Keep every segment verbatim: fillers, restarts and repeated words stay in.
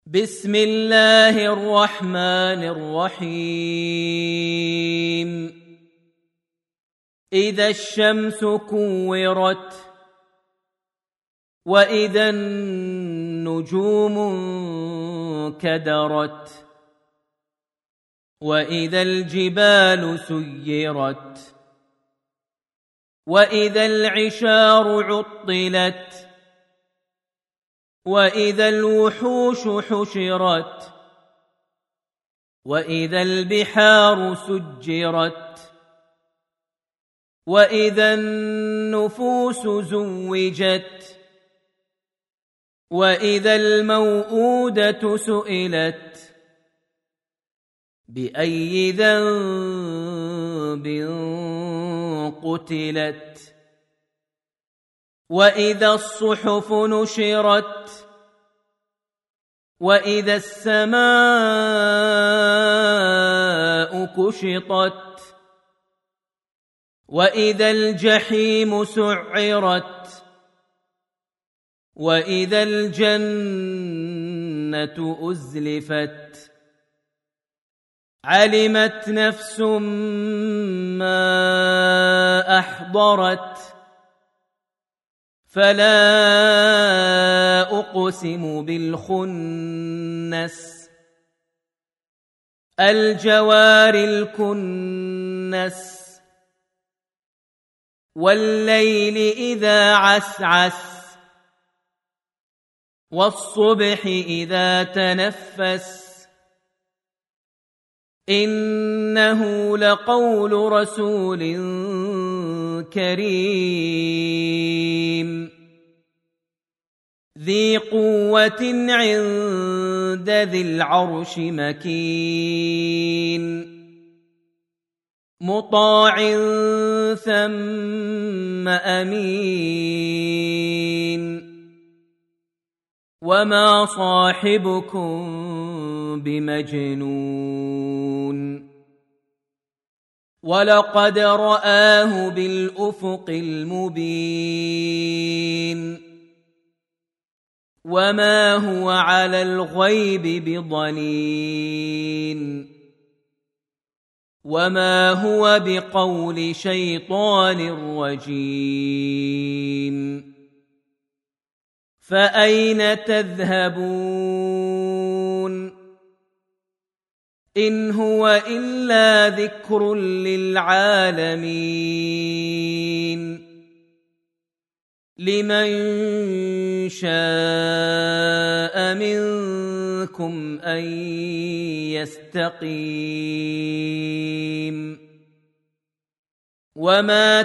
بسم الله الرحمن الرحيم إذا الشمس كورت وإذا النجوم انكدرت وإذا الجبال سيرت وإذا العشار عطلت وإذا الوحوش حشرت وإذا البحار سجرت وإذا النفوس زوجت وإذا الموءودة سئلت بأي ذنب قتلت وإذا الصحف نشرت وإذا السماء كشطت وإذا الجحيم سعرت وإذا الجنة أزلفت علمت نفس ما أحضرت فلا أقسم بالخنس الجوار الكنس والليل إذا عسعس والصبح إذا تنفس إنه لقول رسول كريم ذي قوة عند ذي العرش مكين مطاع ثم أمين وما صاحبكم بمجنون ولقد رآه بالأفق المبين وما هو على الغيب بضنين وما هو بقول شيطان رجيم فأين تذهبون إن هو إلا ذكر للعالمين لمن شاء منكم أن يستقيم وما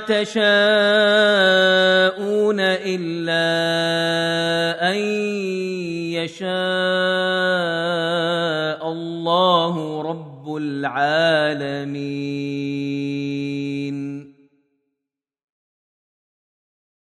تشاءون إلا أن يشاء الله رب العالمين.